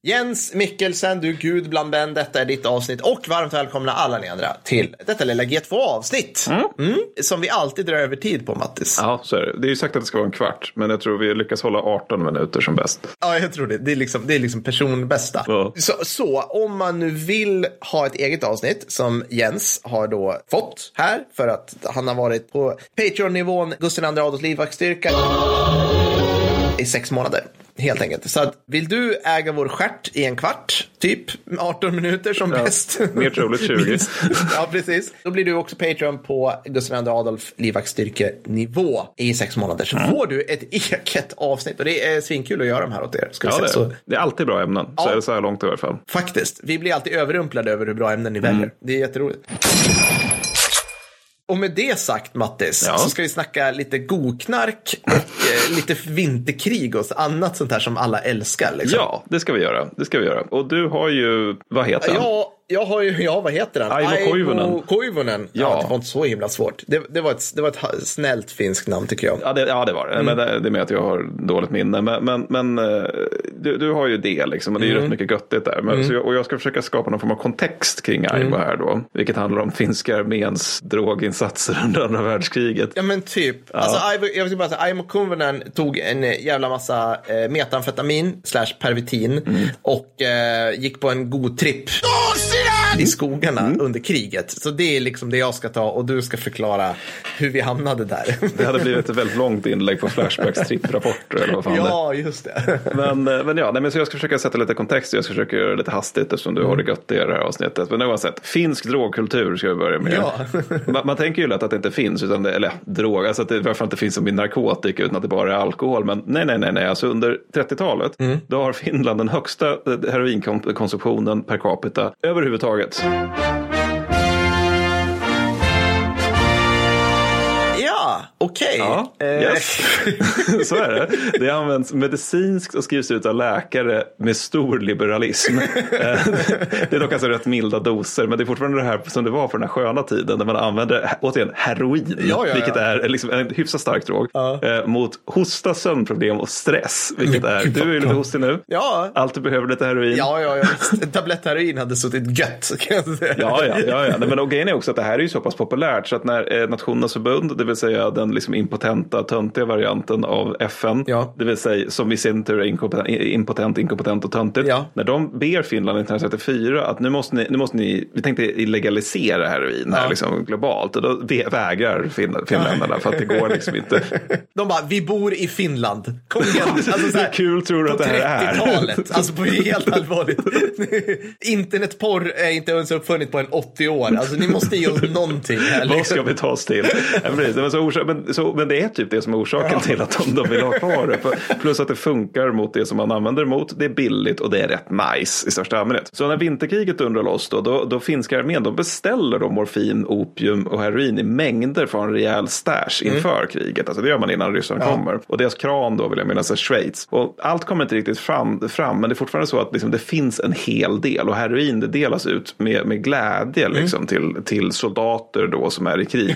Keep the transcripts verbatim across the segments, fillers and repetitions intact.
Jens Mikkelsen, du gud bland vän, detta är ditt avsnitt och varmt välkomna alla ni andra till detta lilla G två-avsnitt mm. Mm, som vi alltid drar över tid på, Mattis. Ja, så är det. Det är ju sagt att det ska vara en kvart, men jag tror vi lyckas hålla arton minuter som bäst. Ja, jag tror det. Det är liksom, det är liksom personbästa. Ja. Så, så om man nu vill ha ett eget avsnitt som Jens har då fått här för att han har varit på Patreon-nivån Gustav den andre Adolf livvaktsstyrka i sex månader. Helt enkelt. Så att, vill du äga vår stjärt i en kvart, typ arton minuter som ja, bäst. Mer troligt tjugo. Ja, precis. Då blir du också Patreon på Gustav den andre Adolf livvaktsstyrke-nivå i sex månader. Så mm. får du ett eget avsnitt. Och det är svinkul att göra de här åt er. Ska ja, vi det, säga. Så... det är alltid bra ämnen. Så ja. Är det så här långt i alla fall. Faktiskt. Vi blir alltid överrumplade över hur bra ämnen ni väljer. Mm. Det är jätteroligt. Och med det sagt, Mattis, ja. Så ska vi snacka lite godknark och eh, lite vinterkrig och annat sånt här som alla älskar. Liksom. Ja, det ska vi göra. Det ska vi göra. Och du har ju, vad heter han? Ja, jag har ju, ja, vad heter han? Aimo Koivunen. Koivunen. Ja. ja, det var inte så himla svårt. Det, det, var, ett, det var ett snällt finskt namn, tycker jag. Ja, det, ja, det var det. Mm. Men det, det är med att jag har dåligt minne. Men, men, men du, du har ju det, liksom. Och det är ju mm. rätt mycket göttigt där. Men, mm. så jag, och jag ska försöska skapa någon form av kontext kring Aimo mm. här då. Vilket handlar om finska arméns droginsatser under andra världskriget. Ja, men typ. Ja. Alltså, jag vill bara säga, Aimo Koivunen tog en jävla massa eh, metamfetamin slash pervitin mm. och eh, gick på en god tripp i skogarna mm. under kriget. Så det är liksom det jag ska ta och du ska förklara hur vi hamnade där. Det hade blivit ett väldigt långt inlägg på Flashbacks tripprapporter eller vad fan ja, det. Just det. Men, men ja, nej, men så jag ska försöka sätta lite kontext och jag ska försöka göra det lite hastigt eftersom du mm. har det gött i det här avsnittet. Men oavsett, finsk drogkultur ska vi börja med. Ja. man, man tänker ju lätt att det inte finns, utan det, eller drog, alltså att det i alla fall inte finns som i narkotika utan att det bara är alkohol. Men nej, nej, nej, nej. Alltså under trettiotalet mm. då har Finland den högsta heroinkonsumtionen per capita överhuvudtaget. Okej. Okay. Ja, yes. Så är det. Det används medicinskt och skrivs ut av läkare med stor liberalism. Det är dock alltså rätt milda doser, men det är fortfarande det här som det var för den här sköna tiden där man använder återigen heroin, ja, ja, ja. Vilket är liksom en hyfsat stark drog, ja. mot hosta, sömnproblem och stress, vilket är, du är ju lite hostig nu. Ja. Alltid behöver lite heroin. Ja, ja, ja. En tablett heroin hade suttit gött, kan jag säga. Ja, ja, ja. ja. Men och grejen är också att det här är ju så pass populärt så att när eh, Nationernas förbund, det vill säga den liksom impotenta, töntiga varianten av F N, ja. Det vill säga som i sin tur är inkompetent, impotent, inkompetent och töntigt. Ja. När de ber Finland nittonhundratrettiofyra att nu måste ni, nu måste ni vi tänkte legalisera heroin här ja. Liksom globalt, och då vägrar fin, finländarna ja. För att det går liksom inte. De bara, vi bor i Finland. Kom igen. Alltså, så här, kul tror du att det här är. På trettiotalet. Alltså på helt allvarligt. Internetporr är inte ens uppfunnit på en åttio år. Alltså ni måste ge oss någonting här. Vad ska vi ta oss till? Men, så orsak, men, så, men det är typ det som är orsaken ja. Till att de, de vill ha kvar det. För, plus att det funkar mot det som man använder mot. Det är billigt och det är rätt nice i största allmänhet. Så när vinterkriget undrar loss då, då, då finska armén, de beställer då morfin, opium och heroin i mängder från en rejäl stash inför mm. kriget. Alltså det gör man innan ryssarna ja. Kommer. Och deras kran då vill jag minnas är Schweiz. Och allt kommer inte riktigt fram, fram men det är fortfarande så att liksom, det finns en hel del. Och heroin det delas ut med, med glädje liksom, mm. till, till soldater då som är i krig.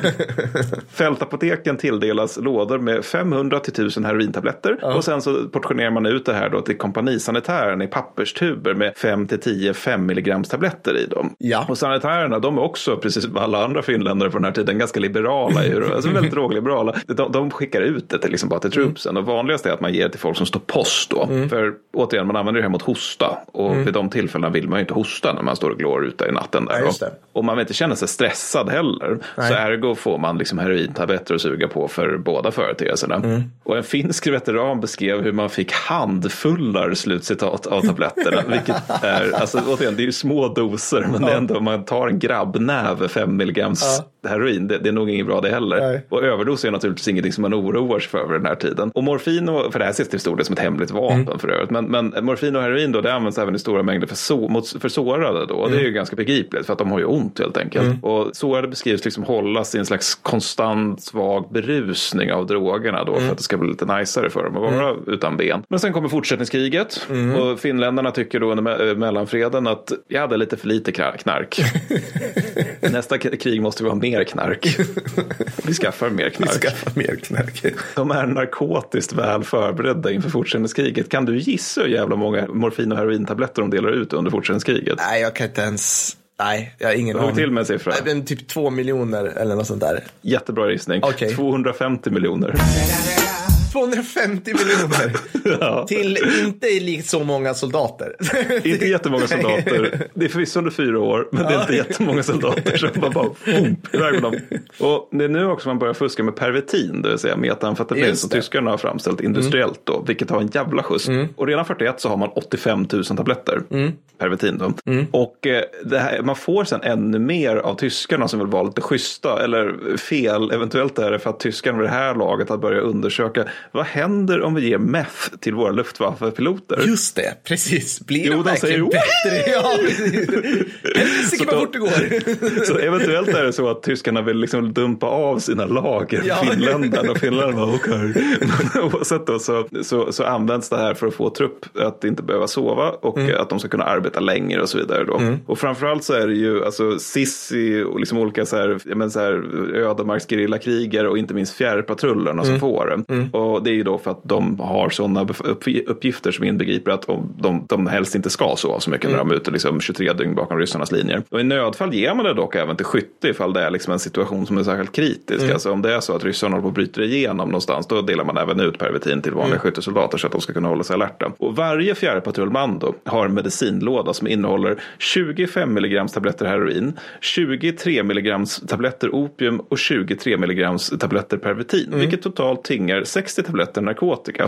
Fältapoteken tilldelas lådor med femhundra till tusen herointabletter ja. Och sen så portionerar man ut det här då till kompanisanitären i papperstuber med fem till tio fem milligrams tabletter i dem. Ja. Och sanitärerna, de är också precis som alla andra finländare på den här tiden ganska liberala, alltså väldigt drogliberala. De, de skickar ut det till, liksom bara till truppsen mm. och vanligast är att man ger det till folk som står post då. Mm. För återigen, man använder det här mot hosta och mm. vid de tillfällena vill man ju inte hosta när man står och glår ute i natten där. Ja, och man vill inte känna sig stressad heller. Nej. Så ergo får man liksom herointabletter att suga på för båda företeelserna. Mm. Och en finsk veteran beskrev hur man fick handfullar slutcitat av tabletterna, vilket är, alltså återigen, det är ju små doser, men ja. Det är ändå, man tar en grabbnäve fem milligrams ja. Heroin, det, det är nog inget bra det heller. Nej. Och överdos är naturligtvis ingenting som man oroar sig för över den här tiden. Och morfin, och, för det här ses till stor del som ett hemligt vapen mm. för övrigt, men, men morfin och heroin då, det används även i stora mängder för, så, mot, för sårade då, och mm. det är ju ganska begripligt för att de har ju ont helt enkelt. Mm. Och sårade beskrivs liksom hållas i en slags konstant svag berusning av drogerna då, mm. för att det ska bli lite najsare för dem att vara mm. utan ben. Men sen kommer fortsättningskriget mm. och finländarna tycker då under mellanfreden att jag hade lite för lite knark. Nästa krig måste vi ha mer knark. Vi skaffar mer knark. Vi skaffar mer knark. De är narkotiskt väl förberedda inför fortsättningskriget. Kan du gissa hur jävla många morfin- och herointabletter de delar ut under fortsättningskriget? Nej, jag kan inte ens... Nej, jag har ingen aning. Till med en siffra. Nej, typ två miljoner eller något sånt där. Jättebra gissning. Okay. tvåhundrafemtio miljoner. tvåhundrafemtio miljoner. Ja. Till inte likt så många soldater. Inte jättemånga soldater. Det är förvisso under fyra år, men det är inte jättemånga soldater som bara bara boom, iväg med dem. Och det är nu också man börjar fuska med pervitin, det vill säga metamfetamin som tyskarna har framställt industriellt då, vilket har en jävla skjuts. Mm. Och redan fyrtioett så har man åttiofem tusen tabletter mm. pervitin då. Mm. Och eh, det här, man får sen ännu mer av tyskarna som vill vara lite schyssta, eller fel, eventuellt är det för att tyskarna vid det här laget har börjat undersöka vad händer om vi ger meth till våra luftwaffepiloter? Just det, precis. Blir jo, de verkligen bättre? Ja, precis. Så, fort det går. Så eventuellt är det så att tyskarna vill liksom dumpa av sina lager ja. Finländarna och Finländarna var okej. Oavsett då så, så, så används det här för att få trupp att inte behöva sova och mm. att de ska kunna arbeta längre och så vidare då. Mm. Och framförallt så är det ju alltså Sissi och liksom olika så här, jag menar så här ödemarksgerillakrigare och inte minst fjärrpatrullerna mm. som får det. Mm. Och det är ju då för att de har sådana uppgifter som inbegriper att de, de, de helst inte ska sova så mycket mm. när de är ute liksom tjugotre dygn bakom ryssarnas linjer. Och i nödfall ger man det dock även till skytte ifall det är liksom en situation som är särskilt kritisk. Mm. Alltså om det är så att ryssarna håller på att bryta igenom någonstans, då delar man även ut pervitin till vanliga mm. skyttesoldater så att de ska kunna hålla sig alerta. Och varje fjärrpatrullman då har en medicinlåda som innehåller tjugofem milligrams tabletter heroin, tjugotre milligrams tabletter opium och tjugotre milligrams tabletter pervitin, mm. vilket totalt tingar sextio tabletter narkotika.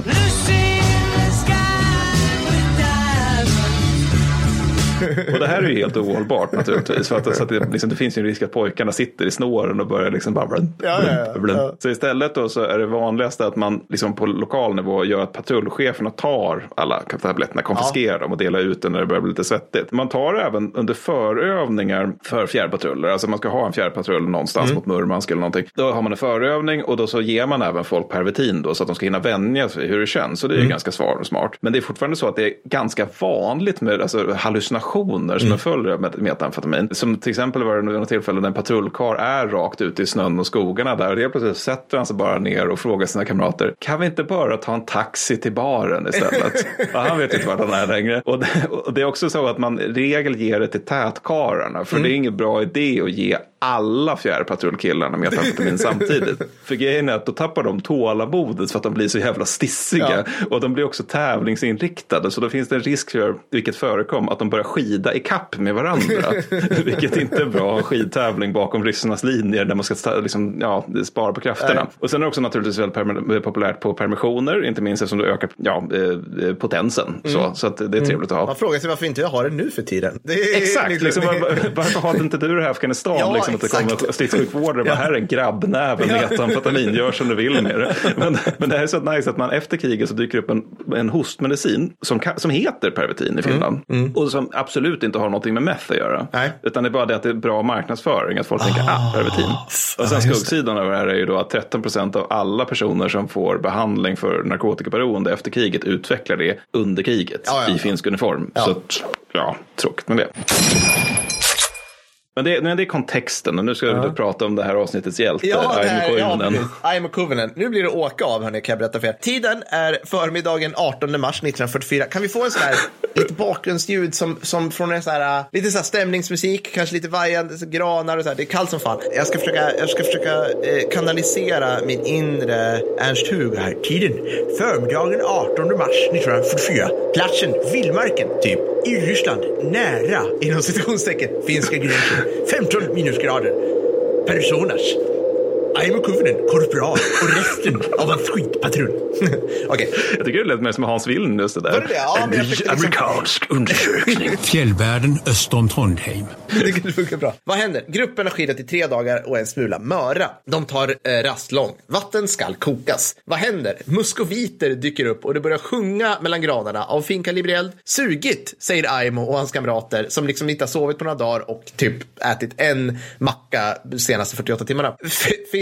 Och det här är ju helt ohållbart naturligtvis, för att, så att det, liksom, det finns ju en risk att pojkarna sitter i snåren och börjar liksom bara blum, ja, ja, ja, ja. Så istället då så är det vanligaste att man liksom på lokal nivå gör att patrullcheferna tar alla tabletterna, konfiskerar ja. dem och delar ut den när det börjar bli lite svettigt. Man tar även under förövningar för fjärrpatruller, alltså man ska ha en fjärrpatrull någonstans mm. mot Murmansk eller någonting. Då har man en förövning och då så ger man även folk pervitin då så att de ska hinna vänja sig hur det känns, så det är mm. ju ganska svar och smart. Men det är fortfarande så att det är ganska vanligt med alltså, hallucinationer som mm. en följd av metamfetamin. Som till exempel var det några tillfällen när en patrullkar är rakt ute i snön och skogarna där och det plötsligt sätter han sig bara ner och frågar sina kamrater, kan vi inte bara ta en taxi till baren istället? Och han vet inte vart han är längre. Och det, och det är också så att man i regel ger det till tätkararna, för mm. det är ingen bra idé att ge alla fjärrpatrullkillarna metamfetamin samtidigt. För grejen är att då tappar de tålamodet för att de blir så jävla stissiga. Ja. Och de blir också tävlingsinriktade. Så då finns det en risk för, vilket förekom, att de börjar skida i kapp med varandra. Vilket inte är bra skidtävling bakom ryssarnas linjer där man ska liksom, ja, spara på krafterna. Nej. Och sen är det också naturligtvis väldigt per- populärt på permissioner. Inte minst eftersom det ökar ja, eh, potensen. Mm. Så, så att det är trevligt att ha. Man frågar sig varför inte jag har det nu för tiden. Det är exakt. Liksom, var, varför har inte du det här i Afghanistan? Ja, liksom, att det kommer stridsjukvårdare. Ja. Här är en grabbnäve med metamfetamin. Gör som du vill med det. Men, men det här är så nice att man efter kriget så dyker upp en, en hostmedicin som, som heter pervitin i Finland. Mm. Mm. Och som absolut inte har någonting med meth att göra. Nej. Utan det är bara det att det är bra marknadsföring. Att folk oh. tänker, ah, pervitin. Och sen skuggsidan av det här är ju då att tretton procent av alla personer som får behandling för narkotikaberoende efter kriget utvecklar det under kriget ja, ja, i finsk uniform. Ja. Så att, ja, tråkigt med det. Men det, men det är kontexten och nu ska ja. vi prata om det här avsnittets hjälte, ja, Aimo Koivunen. Ja, Aimo Koivunen. Nu blir det åka av, hörni, kan jag berätta för er. Tiden är förmiddagen artonde mars nittonhundrafyrtiofyra. Kan vi få en sån här lite bakgrundsljud som, som från en sån här lite så här stämningsmusik, kanske lite vajande så granar och så här. Det är kallt som fan. Jag ska försöka, jag ska försöka eh, kanalisera min inre Ernst Hugo här. Tiden förmiddagen artonde mars nittonhundrafyrtiofyra. Platsen Vildmarken, typ i Ryssland, nära inom situationstecken finska gränsen. femton minusgrader. Personas. Aimo Koivunen, korpral och resten av en skitpatrull. Okej. Okay. Jag tycker det lät mer som Hans Willen just det där. Var det det? Ja, en liksom... amerikansk undersökning. Fjällvärlden öster om Trondheim. Det funkar bra. Vad händer? Gruppen har skidat i tre dagar och en smula möra. De tar eh, rast lång. Vatten skall kokas. Vad händer? Muskoviter dyker upp och det börjar sjunga mellan granarna av finkalibrig eld. Sugigt, säger Aimo och hans kamrater som liksom inte har sovit på några dagar och typ ätit en macka de senaste fyrtioåtta timmarna. F-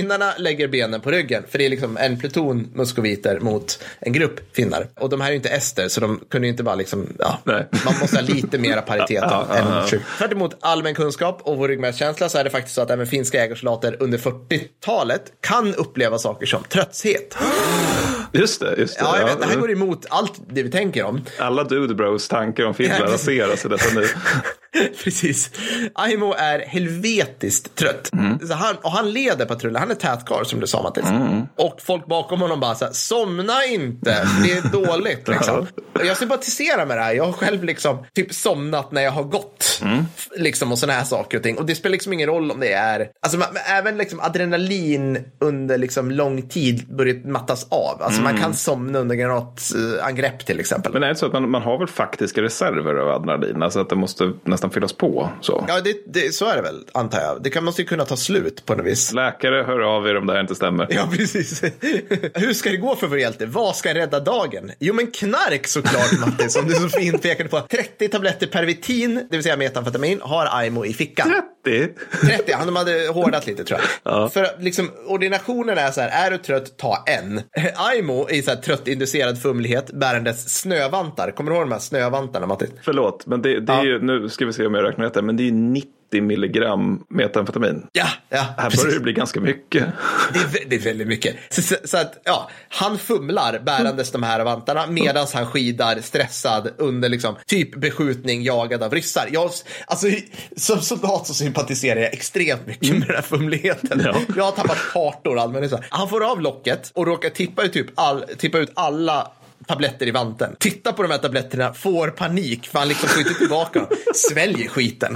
finnarna lägger benen på ryggen, för det är liksom en pluton muskoviter mot en grupp finnar. Och de här är ju inte ester, så de kunde ju inte bara liksom, ja, Nej. man måste ha lite mera paritet Ja, ja, ja, ja. Tvärt emot allmän kunskap och vår ryggmärgskänsla så är det faktiskt så att även finska jägarsoldater under fyrtiotalet kan uppleva saker som trötthet. Just det, just det. Ja, jag vet, det här ja. går emot allt det vi tänker om. Alla dude bros tankar om Finland raseras i detta nu. Precis. Aimo är helvetiskt trött. Mm. Så han, och han leder patrullen. Han är tätkar som du sa, Mattis. Mm. Och folk bakom honom bara så här, somna inte. Det är dåligt liksom. Jag sympatiserar med det här. Jag har själv liksom typ somnat när jag har gått. Mm. Liksom och såna här saker och ting. Och det spelar liksom ingen roll om det är... Alltså man, även liksom adrenalin under liksom lång tid börjar mattas av. Alltså mm. man kan somna under granatangrepp till exempel. Men är det så att man, man har väl faktiska reserver av adrenalin? Alltså att det måste nästan fyllas på så. Ja, det, det, så är det väl, antar jag. Det kan, måste ju kunna ta slut på något vis. Läkare, hör av er om det här inte stämmer. Ja, precis. Hur ska det gå för vår hjälte? Vad ska rädda dagen? Jo, men knark såklart, Mattis, som du så fint pekade på. trettio tabletter Pervitin, det vill säga metamfetamin, har Aimo i fickan. trettio? trettio, han hade hårdat lite tror jag. Ja. För liksom, ordinationen är så här, är du trött, ta en. Aimo är så här tröttinducerad fumlighet, bärandes snövantar. Kommer du ihåg de här snövantarna, Mattis? Förlåt, men det, det är ja. ju, nu ska vi se om jag räknar rätt, men det är ju nittio milligram metamfetamin. Ja, ja. Här börjar det bli ganska mycket. Det är, det är väldigt mycket. Så, så, så att, ja, han fumlar bärandes de här vantarna medan han skidar stressad under liksom typ beskjutning jagad av ryssar. Jag, alltså, som soldat så sympatiserar jag extremt mycket med den här fumligheten. Ja. Jag har tappat kartor allmänt. Han får av locket och råkar tippa ut, typ all, tippa ut alla tabletter i vanten. Titta på de här tabletterna, får panik för han liksom skjuter tillbaka, sväljer skiten.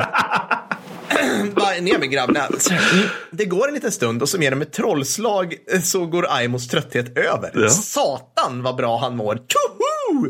Bara ner med grabbarna. Det går en liten stund och som genom ett trollslag så går Aimos trötthet över. Ja. Satan vad bra han mår. Tjoho!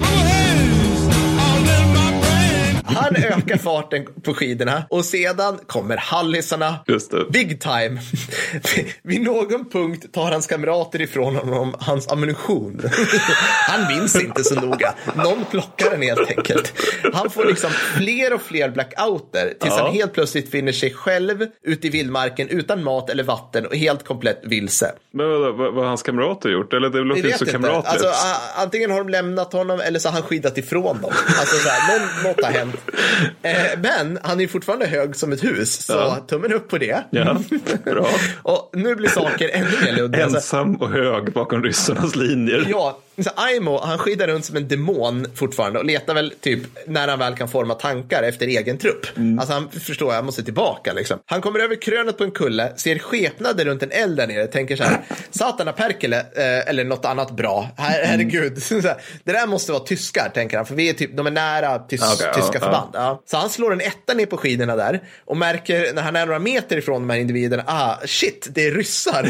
Han ökar farten på skidorna och sedan kommer hallisarna. Just det. Big time. Vid någon punkt tar hans kamrater ifrån honom hans ammunition. Han minns inte så noga. Någon plockar den helt enkelt. Han får liksom fler och fler blackouter tills ja. han helt plötsligt finner sig själv ute i vildmarken utan mat eller vatten och helt komplett vilse. Men vad, vad, vad har hans kamrater gjort? Eller det låter ju så kamratligt. Alltså, a- antingen har de lämnat honom eller så har han skyddat ifrån dem. Alltså så här, någon, något har hänt. Eh, men han är ju fortfarande hög som ett hus. Så ja. tummen upp på det. Ja, bra. Och nu blir saker ännu mer luddiga. Ensam och hög bakom ryssarnas linjer. Ja, så Aimo, han skidar runt som en demon fortfarande och letar väl typ när han väl kan forma tankar efter egen trupp. Mm. Alltså han förstår, jag måste tillbaka liksom. Han kommer över krönet på en kulle, ser skepnader runt en eld där nere, tänker så här, Satana Perkele, eh, eller något annat bra. Her- herregud. Mm. Det där måste vara tyskar, tänker han, för vi är typ, de är nära tys- okay, tyska ja, förband. Ja. Ja. Så han slår en etta ner på skidorna där och märker när han är några meter ifrån de här individerna, ah shit, det är ryssar.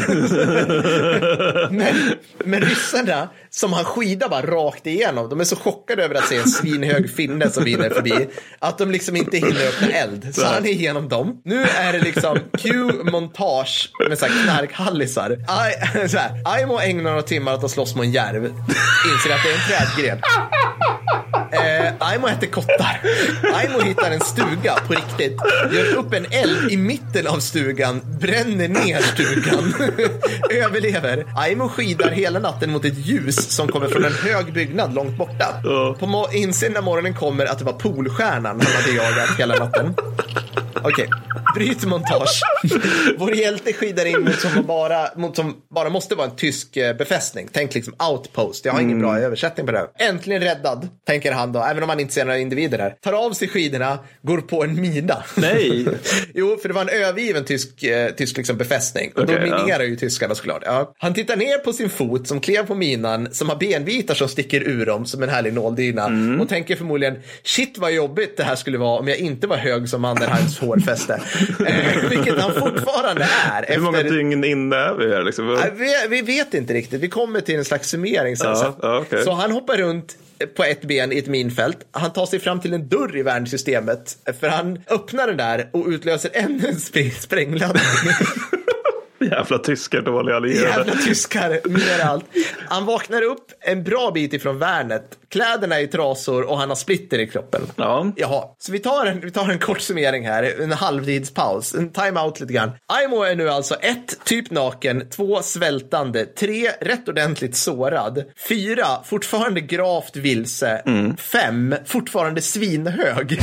men, men ryssarna som han skidar bara rakt igenom. De är så chockade över att se en svinhög finne som vinner förbi att de liksom inte hinner öppna eld. Så han är igenom dem. Nu är det liksom Q-montage med så här knarkhallisar. I, så här, Aimo ägnar några timmar att slåss mot en järv. Inser att det är en trädgren. Eh, Aimo äter kottar. Aimo hittar en stuga på riktigt. Gör upp en eld i mitten av stugan. Bränner ner stugan. Överlever. Aimo skidar hela natten mot ett ljus som kommer från en hög byggnad långt borta. Uh. På mo- insen när morgonen kommer att det var Polstjärnan han hade jagat hela natten. Okej, okay. Bryt montage. Vår hjälte skidar in mot som bara, mot som bara måste vara en tysk eh, befästning. Tänk liksom outpost. Jag har ingen mm. bra översättning på det här. Äntligen räddad, tänker han då, även om han inte ser några individer där. Tar av sig skidorna, går på en mina. Nej. Jo, för det var en övergiven tysk, eh, tysk liksom befästning. Och okay, då minerar ja. ju tyskarna såklart. Ja. Han tittar ner på sin fot som klev på minan, som har benbitar som sticker ur dem som en härlig nåldyna. Mm. Och tänker förmodligen, shit vad jobbigt det här skulle vara om jag inte var hög som Mannerheims hårfäste. eh, vilket han fortfarande är. Hur efter... många dygn inne är vi här? Liksom? Eh, vi, vi vet inte riktigt. Vi kommer till en slags summering sen. Ja, ja, okay. Så han hoppar runt på ett ben i ett minfält. Han tar sig fram till en dörr i värnsystemet, för han öppnar den där och utlöser ännu en sprängladdning. Jävla tyskar, dåliga allierade. Jävla tyskar, mer allt. Han vaknar upp en bra bit ifrån värnet. Kläderna är i trasor och han har splitter i kroppen. Ja. Jaha, så vi tar en, vi tar en kort summering här. En halvtidspaus, en time-out lite grann. Aimo är nu alltså ett, typ naken. Två, svältande. Tre, rätt ordentligt sårad. Fyra, fortfarande gravt vilse. Mm. Fem, fortfarande svinhög.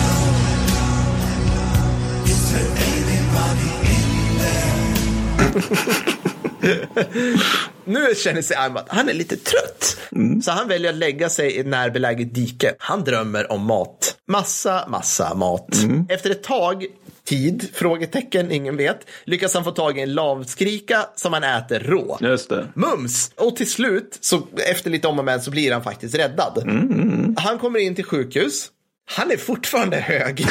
Nu känner sig Aimo att han är lite trött. Mm. Så han väljer att lägga sig i ett närbeläget dike. Han drömmer om mat. Massa, massa mat. Mm. Efter ett tag tid, frågetecken, ingen vet, lyckas han få tag i en lavskrika som han äter rå. Just det. Mums! Och till slut, så efter lite om och men, så blir han faktiskt räddad. Mm, mm. Han kommer in till sjukhus. Han är fortfarande hög.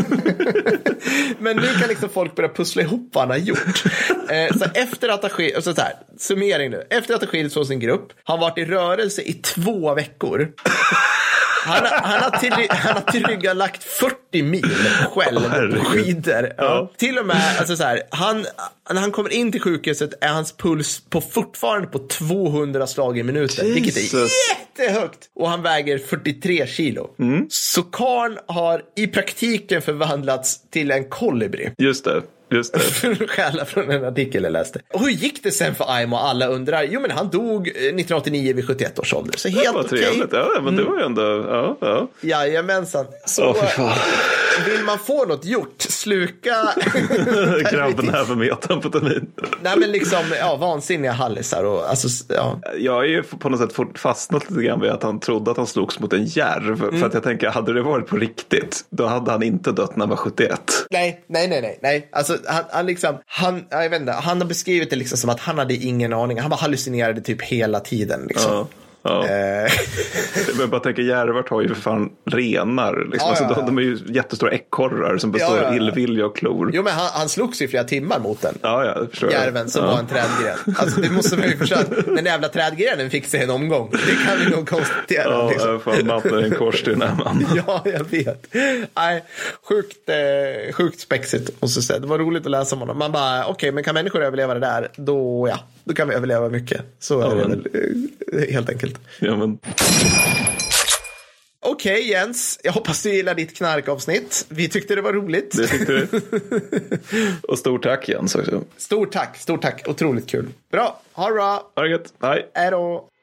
Men nu kan liksom folk börja pussla ihop vad han har gjort. Eh, så efter att ha skilt, så här, summering nu. Efter att ha skilt från sin grupp, har han varit i rörelse i två veckor. Han har, han har, till, han har tillryggalagt fyrtio mil själv på skidor. Ja. Ja. Till och med, alltså så här, han, när han kommer in till sjukhuset är hans puls på fortfarande på tvåhundra slag i minuten. Jesus. Vilket är jättehögt. Och han väger fyrtiotre kilo. Mm. Så karln har i praktiken förvandlats till en kolibri. Just det. Just det. Skälla från en artikel jag läste. Och hur gick det sen för Aimo? Alla undrar. Jo, men han dog nittonhundraåttionio vid sjuttioett års ålder. Så helt det var okej. Trevligt. Ja, men det var ju ändå... Ja, ja. Jajamensan. Så oh, vill man få något gjort, sluka... Grabben här för metamfetamin. Nej, men liksom, ja, vansinniga hallisar. Och, alltså, ja. Jag är ju på något sätt fastnat lite grann vid att han trodde att han slogs mot en järv. Mm. För att jag tänker, hade det varit på riktigt, då hade han inte dött när han var sjuttioett. Nej, nej, nej, nej. nej. Alltså, han, han liksom, han, jag vet inte, han har beskrivit det liksom som att han hade ingen aning. Han bara hallucinerade typ hela tiden liksom. Ja. Ja. Jag bara tänker, järvar har ju för fan renar liksom. Ja, alltså, ja, ja. De är ju jättestora ekorrar som består av ja, ja, ja. illvilja och klor. Jo, men han, han slogs ju flera timmar mot den. Ja, ja, förstår järven som ja. var en trädgren. Alltså det måste man ju förstå. Den jävla trädgrenen fick sig en omgång. Det kan vi nog konstatera. Ja, liksom. Fan, matten en kors till den här man. Ja, jag vet. Nej, sjukt, eh, sjukt spexigt. Och så säga. Det var roligt att läsa om honom. Man bara, okej, okay, men kan människor överleva det där? Då, ja, då kan vi överleva mycket. Så är ja, det men... väl helt enkelt. Ja, men... Okej, okay, Jens. Jag hoppas du gillar ditt knarkavsnitt. Vi tyckte det var roligt. Det tyckte du. Och stort tack, Jens. Också. Stort tack, stort tack. Otroligt kul. Bra, ha det bra. Ha det gött. Hej. Hej då.